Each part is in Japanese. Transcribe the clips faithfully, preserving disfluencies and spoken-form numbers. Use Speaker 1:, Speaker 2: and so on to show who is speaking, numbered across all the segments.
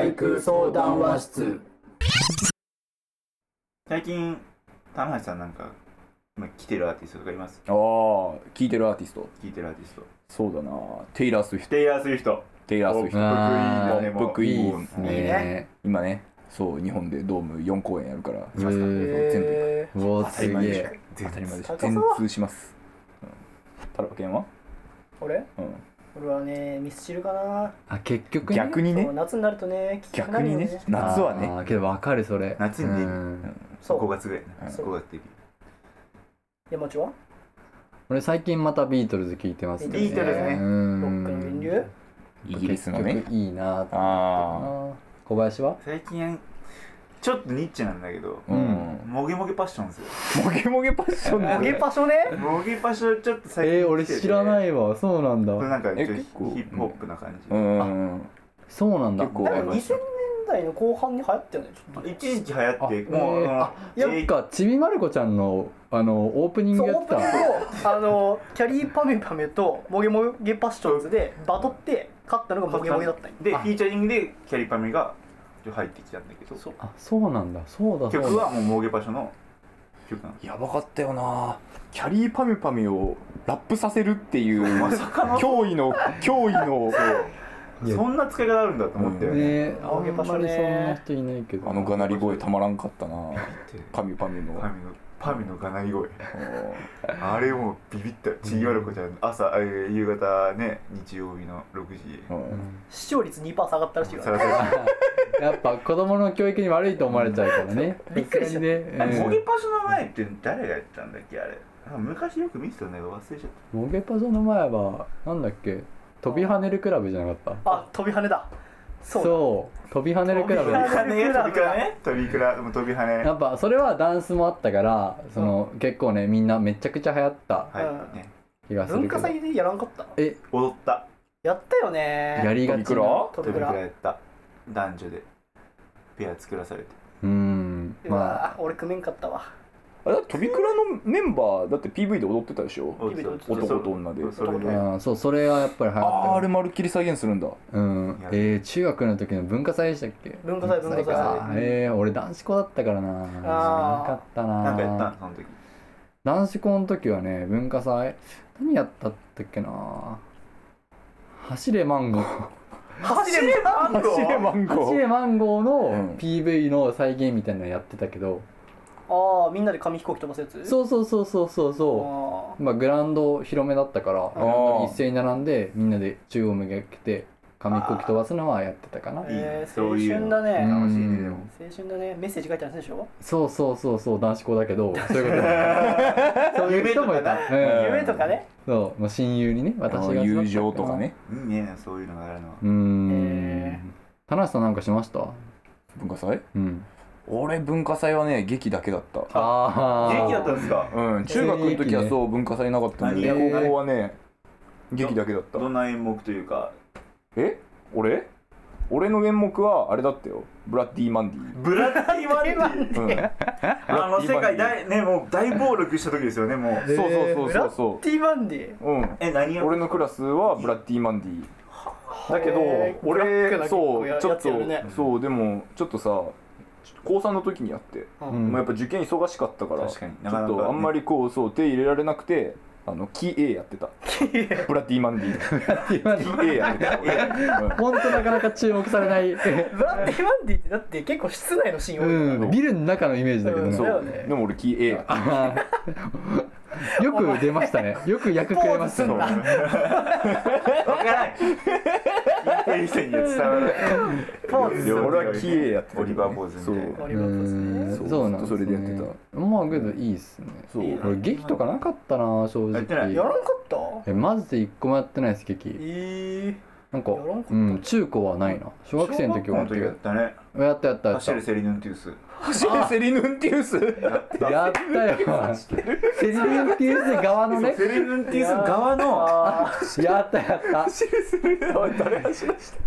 Speaker 1: 俳句相談話室。
Speaker 2: 最近棚橋さんなんか今来てるアーティストとかいます？
Speaker 3: ああ、聴いてるアーティスト。
Speaker 2: 聞いてるアーティスト。
Speaker 3: そうだな、テイラー・スウィフト。
Speaker 2: テイラー・スウィフト。
Speaker 3: テイラー・スウィフト。
Speaker 2: ポップクイーンだね。
Speaker 3: ポップクイーン
Speaker 1: いいね。
Speaker 3: 今ね、そう日本でドームよん公演やるから、
Speaker 2: しますか？
Speaker 3: 全部
Speaker 1: え
Speaker 3: 当
Speaker 4: うわ
Speaker 3: たり前でしょ。
Speaker 2: 全
Speaker 3: 当たり前でしょ。
Speaker 1: 高そう
Speaker 3: 全通します。うん。タラパケンは？
Speaker 1: ー、俺
Speaker 3: うん。
Speaker 1: 俺はねミスチルかな。
Speaker 4: あ、結局ね
Speaker 3: 逆にね
Speaker 1: そう。夏になるとね聞きたくな
Speaker 3: 逆に
Speaker 1: るよね。
Speaker 3: ね。夏はね。
Speaker 4: あーけど分かるそれ。
Speaker 2: 夏にデビュー
Speaker 4: うん
Speaker 1: そう
Speaker 2: ごがつぐらいな。
Speaker 1: そう
Speaker 2: ごがつデビュ
Speaker 1: 山地は
Speaker 4: 俺最近またビートルズ聴いてますね。
Speaker 2: ビートルズね
Speaker 4: う
Speaker 1: ロックの
Speaker 4: ん
Speaker 1: 源流。
Speaker 3: イギリスのね
Speaker 4: 結。局いいなと思ってる
Speaker 3: あ
Speaker 4: な。小林は？
Speaker 2: ー。最近ちょっとニッチなんだけど、
Speaker 3: あ。うん。
Speaker 2: もげもげパッションですよ。
Speaker 3: もげもげパッション
Speaker 1: モ
Speaker 3: で。
Speaker 1: ゲパショね。
Speaker 2: もげパッションちょっと最近
Speaker 4: えー、俺
Speaker 2: 来てて
Speaker 4: 知らないわ。そうなんだ
Speaker 2: これ。なんかちょっとヒ
Speaker 3: え結構
Speaker 2: ップホップな感じ。
Speaker 3: うん。
Speaker 4: そうなんだ。
Speaker 3: 結構
Speaker 1: なんかにせんねんだいの後半に流行ったよねちょっと。
Speaker 2: 一時期流行って
Speaker 4: あ
Speaker 2: もう
Speaker 4: えー
Speaker 2: あの
Speaker 4: あやっぱちびまる子ちゃんのあのオープニン
Speaker 1: そう
Speaker 4: グやって
Speaker 1: オープニング
Speaker 4: た。
Speaker 1: をあのキャリーパミュパミュとモゲモゲパッションズでバトって勝ったのがモゲモゲだったんよ。
Speaker 2: で
Speaker 4: あ
Speaker 2: フィーチャリングでキャリーパミが入ってきたんだけど、
Speaker 1: そう
Speaker 4: あ、そうなんだ。そうだそうだ。
Speaker 2: 曲はもうもげパッションの曲なの。
Speaker 3: やばかったよな。キャリーパミュパミュをラップさせるっていう
Speaker 2: まさかの
Speaker 3: 驚異の驚異の
Speaker 4: いや
Speaker 2: そんな使い方あるんだと思ったよね。
Speaker 4: ね、あん
Speaker 1: モゲパショね
Speaker 4: まりそんな人いないけど。
Speaker 3: あのがなり声たまらんかったな。パミュパミュの。
Speaker 2: パミのパミのがなり声。
Speaker 3: うん
Speaker 2: あれもうビビった。ちぎわる子ちゃん朝、えー夕方ね日曜日のろくじ。
Speaker 3: うん
Speaker 4: うん
Speaker 1: 視聴率 にパーセント 下がったらしいから。
Speaker 2: さらさ
Speaker 4: やっぱ子供の教育に悪いと思われちゃうからね。
Speaker 1: びっくりした
Speaker 4: さすがにね。
Speaker 2: ら。もげ
Speaker 4: うん
Speaker 2: パッションの前って誰がやってたんだっけあれ。なんか昔よく見てたんだけど忘れちゃっ
Speaker 4: モゲパジョの前はなんだっけ、飛び跳ねるクラブじゃなかった？
Speaker 1: あ、飛び跳ねだ。そうだ。
Speaker 4: そう飛び跳ねるクラブ。
Speaker 1: 飛び跳ね
Speaker 2: た。飛びからね飛びから飛び跳ね。
Speaker 4: やっぱそれはダンスもあったからその結構ねみんなめちゃくちゃ流行った
Speaker 2: はいね。
Speaker 4: 気がするけど。
Speaker 1: 文化祭でやらんかった。
Speaker 4: え、
Speaker 2: 踊った。
Speaker 1: やったよね。
Speaker 4: やりがちな。
Speaker 3: 飛び
Speaker 2: 飛びから
Speaker 1: 飛び倉。
Speaker 2: やった。男女でペア作らされて。
Speaker 4: うーん。
Speaker 1: う
Speaker 4: まあ
Speaker 1: わー、俺組めんかったわ。
Speaker 3: あれ飛び倉のメンバーだって ピーブイ で踊ってたでしょ。
Speaker 2: 踊ってた
Speaker 3: 男と女で
Speaker 2: それで。
Speaker 4: あーそうそれはやっぱり流行
Speaker 3: ああ、あれ
Speaker 4: ったよ。
Speaker 3: まるっきり再現するんだ。
Speaker 4: うん。えー、中学の時の文化祭でしたっけ？
Speaker 1: 文化祭文化祭
Speaker 4: か。えー、俺男子校だったからな。
Speaker 1: あー
Speaker 4: 知らなかったな。
Speaker 2: なんかやったんその時。
Speaker 4: 男子校の時はね、文化祭何やったったっけな。走れマンゴー。
Speaker 1: 走れマンゴ
Speaker 3: 走れ
Speaker 1: ー。
Speaker 3: マンゴー。
Speaker 4: 走れマンゴー
Speaker 3: う
Speaker 4: の
Speaker 3: ん
Speaker 4: ピーブイ の再現みたいなのやってたけど、
Speaker 1: ああ、みんなで紙飛行機飛ばすやつ。う。
Speaker 4: そうそうそうそうそうそう。
Speaker 1: あ
Speaker 4: まあグラウンド広めだったから、グラウンドに一斉に並んでみんなで中央めがけて紙飛行機飛ばすのはやってたかな。
Speaker 1: ーえー、青
Speaker 2: そういうの
Speaker 1: 春だね。
Speaker 4: うん
Speaker 2: 楽しいねでも。
Speaker 1: 青春だね。メッセージ書いてあるんでしょ。
Speaker 4: そうそうそうそう、男子校だけど、そういうことそういう人もいた。
Speaker 2: 夢と
Speaker 3: かね
Speaker 4: うん
Speaker 1: 夢とかね。
Speaker 4: そう、もう親友にね、私が育ったから
Speaker 3: 友情とか。ね。
Speaker 2: いいねそういうのがあるのは。
Speaker 4: うーん
Speaker 1: へ。
Speaker 4: 田無さんなんかしました？
Speaker 3: 文化祭？
Speaker 4: うん。
Speaker 3: 俺文化祭はね劇だけだった。
Speaker 4: あ
Speaker 2: 元気だったんですか？
Speaker 3: うん、中学の時はそう文化祭なかったんで、
Speaker 2: 何
Speaker 3: 高校はね劇だけだった。
Speaker 2: どんな演目というか。
Speaker 3: え？俺？俺の演目はあれだったよ。ブラッディ・マンディ。
Speaker 2: ブラッディマンディ。
Speaker 3: うん。
Speaker 2: あの世界大ねもう大暴力した時ですよねもう。
Speaker 3: そうそうそう
Speaker 1: ブラ
Speaker 3: そうそ
Speaker 1: ッディマンディ。
Speaker 3: う。うん。
Speaker 2: え何を？
Speaker 3: 俺のクラスはブラッディ・マンディ。だけど
Speaker 1: へーブラックな
Speaker 3: 俺
Speaker 1: 結構や
Speaker 3: そうちょっと
Speaker 1: やつやるね
Speaker 3: そうでもちょっとさ高さんの時にやって、
Speaker 1: うん
Speaker 3: もうやっぱ受験忙しかったから
Speaker 2: 確かに
Speaker 3: ちょ
Speaker 2: なかなかね
Speaker 3: っとあんまりこうそう手入れられなくてあのキー A やってた。ブラッディ・マンディ。キー A やってた。うん
Speaker 4: ほんとなかなか注目されない。
Speaker 1: ブラッディマンディってだって結構室内のシーン多いからね。
Speaker 4: うん、ビルの中のイメージだけどね。
Speaker 3: そう
Speaker 1: だよね
Speaker 3: でも俺キー A やってた。
Speaker 4: あーよく出ましたね。よく役くれました
Speaker 3: そう
Speaker 4: ね。
Speaker 2: わからない。聞いてる人には伝わらない。
Speaker 1: ポーズする
Speaker 3: 俺はキー A やってた。
Speaker 2: オリバーポーズみたいな。
Speaker 1: オリバーポーズね。
Speaker 3: そう
Speaker 4: そうなんですね。
Speaker 3: それでやって
Speaker 4: まあけどいいっすね。
Speaker 3: そう
Speaker 1: いいな
Speaker 4: 俺劇とかなかったな正直。
Speaker 2: やってない
Speaker 1: やらんかった
Speaker 4: えマジで一個もやってないです劇。
Speaker 1: え
Speaker 4: なんか
Speaker 1: やらんかった
Speaker 4: うん中高はないな。小学生の時は
Speaker 2: この時やったね。
Speaker 4: やったやったやった。
Speaker 2: 走るセリヌンティウス。
Speaker 3: 走れセリヌンティウス。
Speaker 4: やったよセリヌンティウス側のね
Speaker 2: セリヌンティウス側の
Speaker 1: あ
Speaker 4: やったやった
Speaker 3: 走れセリヌン。おい誰走らして。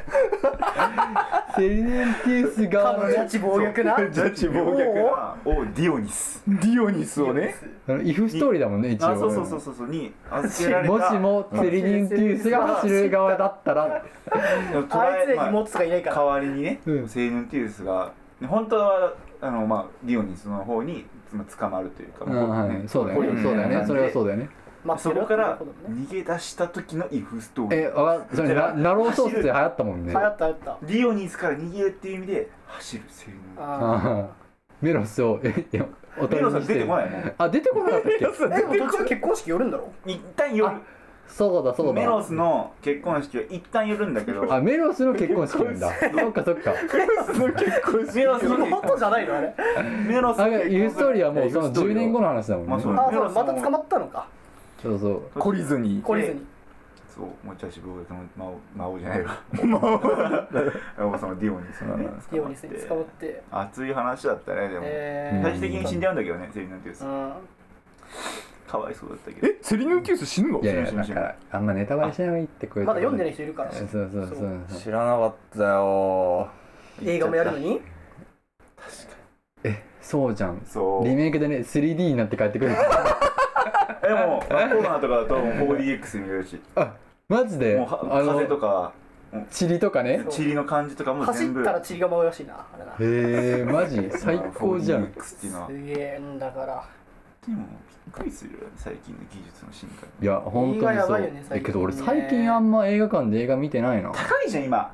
Speaker 4: セリヌンティウス
Speaker 1: あ
Speaker 4: 側のね
Speaker 1: 彼女たち暴虐な
Speaker 3: ジャッジ暴虐な
Speaker 2: をディオニス。
Speaker 3: ディオニスをね。
Speaker 4: あのイフストーリーだもんね一応
Speaker 2: あ、そうそうそうそうそうに預けられた。
Speaker 4: もしもセリヌンティウスが走る側だったら
Speaker 2: でも
Speaker 1: あいつ
Speaker 2: まあ
Speaker 1: 妹とかいないから
Speaker 2: 代わりにね、
Speaker 4: うん
Speaker 2: セリヌンティウスが本当はあのまあディオニスの方にまあ捕まるというか、
Speaker 4: うんはいそうだよ
Speaker 3: うん
Speaker 4: ねそうだよねそれはそうだよね
Speaker 1: 待ってる
Speaker 2: そこから
Speaker 1: ってことだもんね
Speaker 2: 逃げ出した時のイフストーリー。
Speaker 4: えあそれなナローソースで流行ったもんね
Speaker 1: 流行った流行った
Speaker 2: ディオニスから逃げるっていう意味で走るセリヌンティウ
Speaker 1: あ
Speaker 4: あメロスをえいやお
Speaker 2: ス。メロさん出てこ
Speaker 4: い
Speaker 2: ないね。
Speaker 4: あ出てこなかったっけ
Speaker 1: ーえでも途中結婚式寄るんだろ
Speaker 2: 一旦寄る。
Speaker 4: そうだそうだ
Speaker 2: メロスの結婚式は一旦寄るんだけど。
Speaker 4: あメロスの結婚式なんだそっかそっか
Speaker 2: メロスの結婚式。メロスの結
Speaker 1: 妹
Speaker 2: 婚
Speaker 1: じゃないのあれ
Speaker 2: メロスの
Speaker 4: あ
Speaker 2: 結婚
Speaker 4: ユーストーリーはもうそのじゅうねんごの話だもんね、
Speaker 2: まあそう
Speaker 1: あそう
Speaker 2: メロスも
Speaker 1: また捕まったのか
Speaker 4: そうそう
Speaker 3: 懲りずに。
Speaker 1: 懲りずに
Speaker 2: そう、もうジャッジ暴虐の魔王魔王じゃないわ。魔王そのディオニスのね。
Speaker 1: ディオニスに捕まって
Speaker 2: 熱い話だったね、でも。
Speaker 1: えー
Speaker 2: 最終的に死んじゃうんだけどね、セリヌンティウス
Speaker 1: う。ん
Speaker 2: かわいそうだったけど。
Speaker 3: えセリヌンティウス死ぬの？
Speaker 4: いやいや
Speaker 2: 死ぬ死ぬ
Speaker 4: だからあんまネタバレしない方がいいってこういう
Speaker 1: まだ読んで
Speaker 4: る
Speaker 1: ない人いるから
Speaker 4: そうそうそうそう
Speaker 3: 知らなかったよ。
Speaker 1: 映画もやるのに
Speaker 4: えそうじゃん
Speaker 2: そう。
Speaker 4: リメイクでね スリーディー になって帰ってくる
Speaker 2: でも、コロナとかだと フォーディーエックス に見れるし、
Speaker 4: あマジで
Speaker 2: もうは
Speaker 4: あ
Speaker 2: 風と
Speaker 4: の
Speaker 2: か、
Speaker 4: チリとかね
Speaker 1: そう
Speaker 2: チリの感じとかも
Speaker 1: 走
Speaker 2: 全部。
Speaker 1: ったら塵が舞うらしいなあれな
Speaker 4: へえマジ最高じゃん
Speaker 2: フォーディーエックス っていうのは。
Speaker 1: すげえんだから
Speaker 2: でも、びっくりするよね、最近の技術の進化に。
Speaker 4: いや本
Speaker 1: 映画や
Speaker 4: 当にそう
Speaker 1: ばいよね最近ね
Speaker 4: えけど俺最近あんま映画館で映画見てないな
Speaker 2: 高いじゃん、今。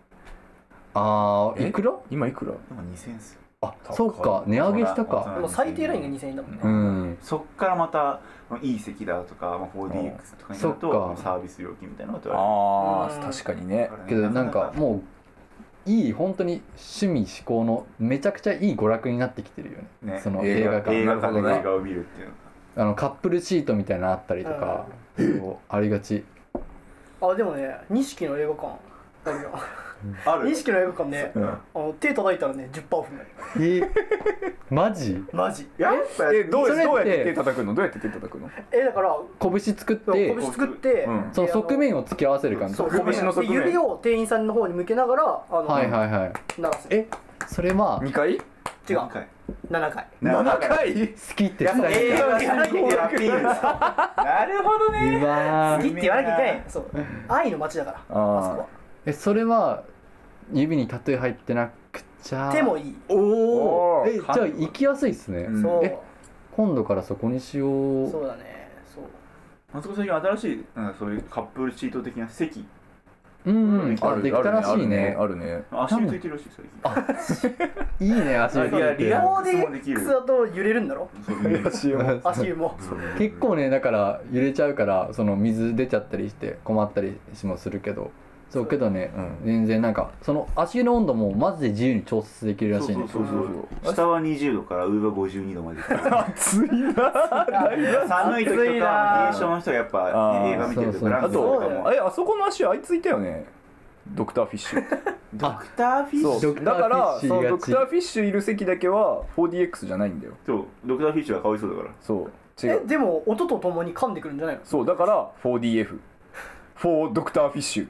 Speaker 3: え
Speaker 4: あーいくら
Speaker 3: 今いくら？
Speaker 2: 今にせんえんっすよ。
Speaker 4: あそっか値上げしたか
Speaker 1: でも最低ラインがにせんえんだもんね
Speaker 4: うん
Speaker 2: そっからまたいい席だとか、まあ、フォーディーエックス とかになる
Speaker 4: そっか
Speaker 2: とサービス料金みたいなのが取ら
Speaker 3: ああ
Speaker 1: うん
Speaker 3: 確かにね。
Speaker 2: れるからね。
Speaker 4: けどなんかもういい本当に趣味嗜好のめちゃくちゃいい娯楽になってきてるよね
Speaker 2: ね、
Speaker 4: その
Speaker 2: 映画
Speaker 4: 映画館
Speaker 2: 映画館
Speaker 3: なるほどね
Speaker 2: で映画を見るっていうの
Speaker 4: あのカップルシートみたいなのあったりとかそうありがち
Speaker 1: あでもね錦の映画館あるよ
Speaker 2: ある。
Speaker 1: 錦の映画館ね
Speaker 2: うん
Speaker 1: あの手叩いたらね じゅっパーオフになる
Speaker 4: えマジ
Speaker 1: マジ
Speaker 2: やっぱ
Speaker 3: えどう
Speaker 4: それって
Speaker 3: どうやって手叩くの？どうやって手叩くの？
Speaker 1: えだから
Speaker 4: 拳作っ
Speaker 1: そう
Speaker 4: て
Speaker 1: 拳作って、
Speaker 3: うん
Speaker 4: その側面を突き合わせる感じ
Speaker 1: そう
Speaker 3: 拳の側面
Speaker 1: で指を店員さんの方に向けながらあの、
Speaker 4: はいはいはい
Speaker 1: 鳴らす
Speaker 4: えそれは
Speaker 3: にかい？
Speaker 1: 違う
Speaker 2: 何回
Speaker 1: ななかい
Speaker 3: ななかい？
Speaker 4: 好きって
Speaker 2: やっぱ
Speaker 4: 伝え
Speaker 2: 映画
Speaker 4: たい
Speaker 2: 好きってアピールですなるほどね。
Speaker 4: うわー
Speaker 1: 好きって言わなきゃいけないそう愛の街だからあそこ
Speaker 3: あ
Speaker 1: は
Speaker 4: えそれは指にタトゥー入ってなくちゃ
Speaker 1: 手もいい
Speaker 4: おお
Speaker 3: おー
Speaker 4: えじゃあ行きやすいっすね、
Speaker 3: うん
Speaker 1: そう
Speaker 4: え今度からそこにしよう
Speaker 1: そうだねそう
Speaker 2: あそこ最近新しいなんかそういうカップルシート的な席
Speaker 4: うんうん
Speaker 3: ある
Speaker 4: あできたらしいね
Speaker 3: あるね。
Speaker 2: 足についてるらしい最近。
Speaker 4: いいね足
Speaker 2: あいやリア
Speaker 1: フォーディ
Speaker 2: ックスもできる
Speaker 1: ーエックスだと揺れるんだろ
Speaker 2: そういう
Speaker 3: 足を。
Speaker 1: 足湯も
Speaker 4: 結構ねだから揺れちゃうからその水出ちゃったりして困ったりもするけどそうけどね、
Speaker 3: うん
Speaker 4: 全然なんかその足湯の温度もマジで自由に調節できるらしいね
Speaker 2: そうそうそうそう下はにじゅうどから上はごじゅうにどまで
Speaker 3: 熱いな。
Speaker 2: 寒い時とか冷え性の人はやっぱ
Speaker 3: あー
Speaker 2: 映画見てると
Speaker 4: そうそう
Speaker 2: ブランク
Speaker 1: そう
Speaker 2: とかも
Speaker 3: えあそこの足あいついたよね。ドクターフィッシュ。
Speaker 2: ドクターフィッシュ
Speaker 3: そうだからその
Speaker 4: ドクターフィッシュいがち
Speaker 3: ドクターフィッシュいる席だけは フォーディーエックス じゃないんだよ。
Speaker 2: そうドクターフィッシュはかわいそうだから
Speaker 3: そう違う。
Speaker 1: えでも音とともに噛んでくるんじゃないの
Speaker 3: そうだから フォーディーエフ。フォードクターフィッシュ。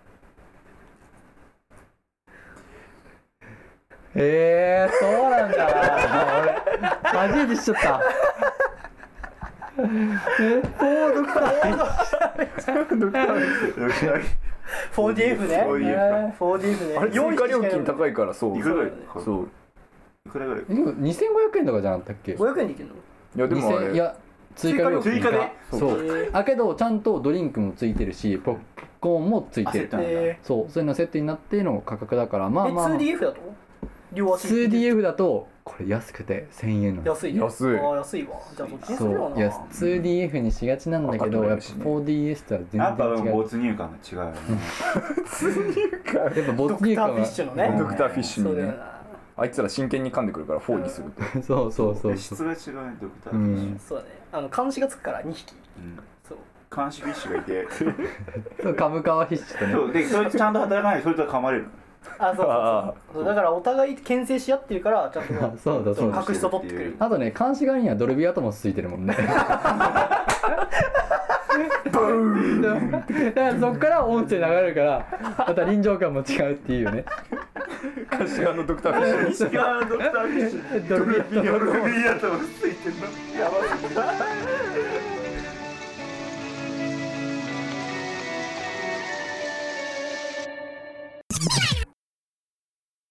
Speaker 4: へえー、そうなんだ俺初めて知っちゃったえフォードクター
Speaker 2: ドクターフィッシュドクターフィッシ
Speaker 1: フォーディーエフ ね
Speaker 2: フォーディーエフ
Speaker 1: フォーディーエフね
Speaker 3: あれ追加料金高いからそう
Speaker 2: ュいくらぐらい
Speaker 3: そう
Speaker 2: いくらぐらい
Speaker 4: でもにせんごひゃくえんとかじゃなかったっけ
Speaker 1: ごひゃくえんでいけるの
Speaker 3: いやでもあれ
Speaker 4: にせんいや追加料金
Speaker 2: 追加で
Speaker 4: そう
Speaker 1: へー
Speaker 4: あけどちゃんとドリンクもついてるしポップコーンもついてる
Speaker 2: あセットなんだ
Speaker 1: え
Speaker 4: そうそういうのセットになっての価格だからまあ
Speaker 1: え
Speaker 4: まあ、まあ、
Speaker 1: ツーディーエフ だと両足
Speaker 4: ツーディーエフ だとこれ安くてせんえんなんです
Speaker 1: 安いね
Speaker 3: 安い
Speaker 1: あー安いわじゃあそっちにす
Speaker 4: そ
Speaker 1: るよない
Speaker 4: や ツーディーエフ にしがちなんだけ
Speaker 3: 赤
Speaker 4: どやっぱ
Speaker 3: 取れるしね
Speaker 4: フォーディーエス とは全
Speaker 2: やっぱ
Speaker 4: 然違う
Speaker 2: 没入感が違うよね
Speaker 4: やっぱ没入感は
Speaker 1: ドクターフィッシュのね
Speaker 3: ドクターフィッシュにね
Speaker 1: そうだよな
Speaker 3: あいつら真剣に噛んでくるからフォーにすると
Speaker 4: そうそうそう
Speaker 2: 質
Speaker 4: そう
Speaker 2: が違うねドクターフィッシュ
Speaker 4: うん
Speaker 1: そうだねあの監視がつくからにひき
Speaker 2: うん
Speaker 1: そう
Speaker 2: 監視フィッシュがいて
Speaker 4: そうカムカワフィッシュとね
Speaker 2: そうでそいつちゃんと働かないとそいつは噛まれる
Speaker 1: あそうそうそうそうだからお互い牽制し合ってるからちゃんと
Speaker 4: あそうだそうだ
Speaker 1: 確執を取ってくれる。
Speaker 4: あとね監視側にはドルビーアトモスついてるもんねだからそっから音声流れるからまた臨場感も違うっていうね
Speaker 3: 柏のドクターフィッシュ
Speaker 2: 西側のドクターフィッシュ
Speaker 1: ドルビーアトモス
Speaker 2: ドルビーアトモスついてんのやばすぎだ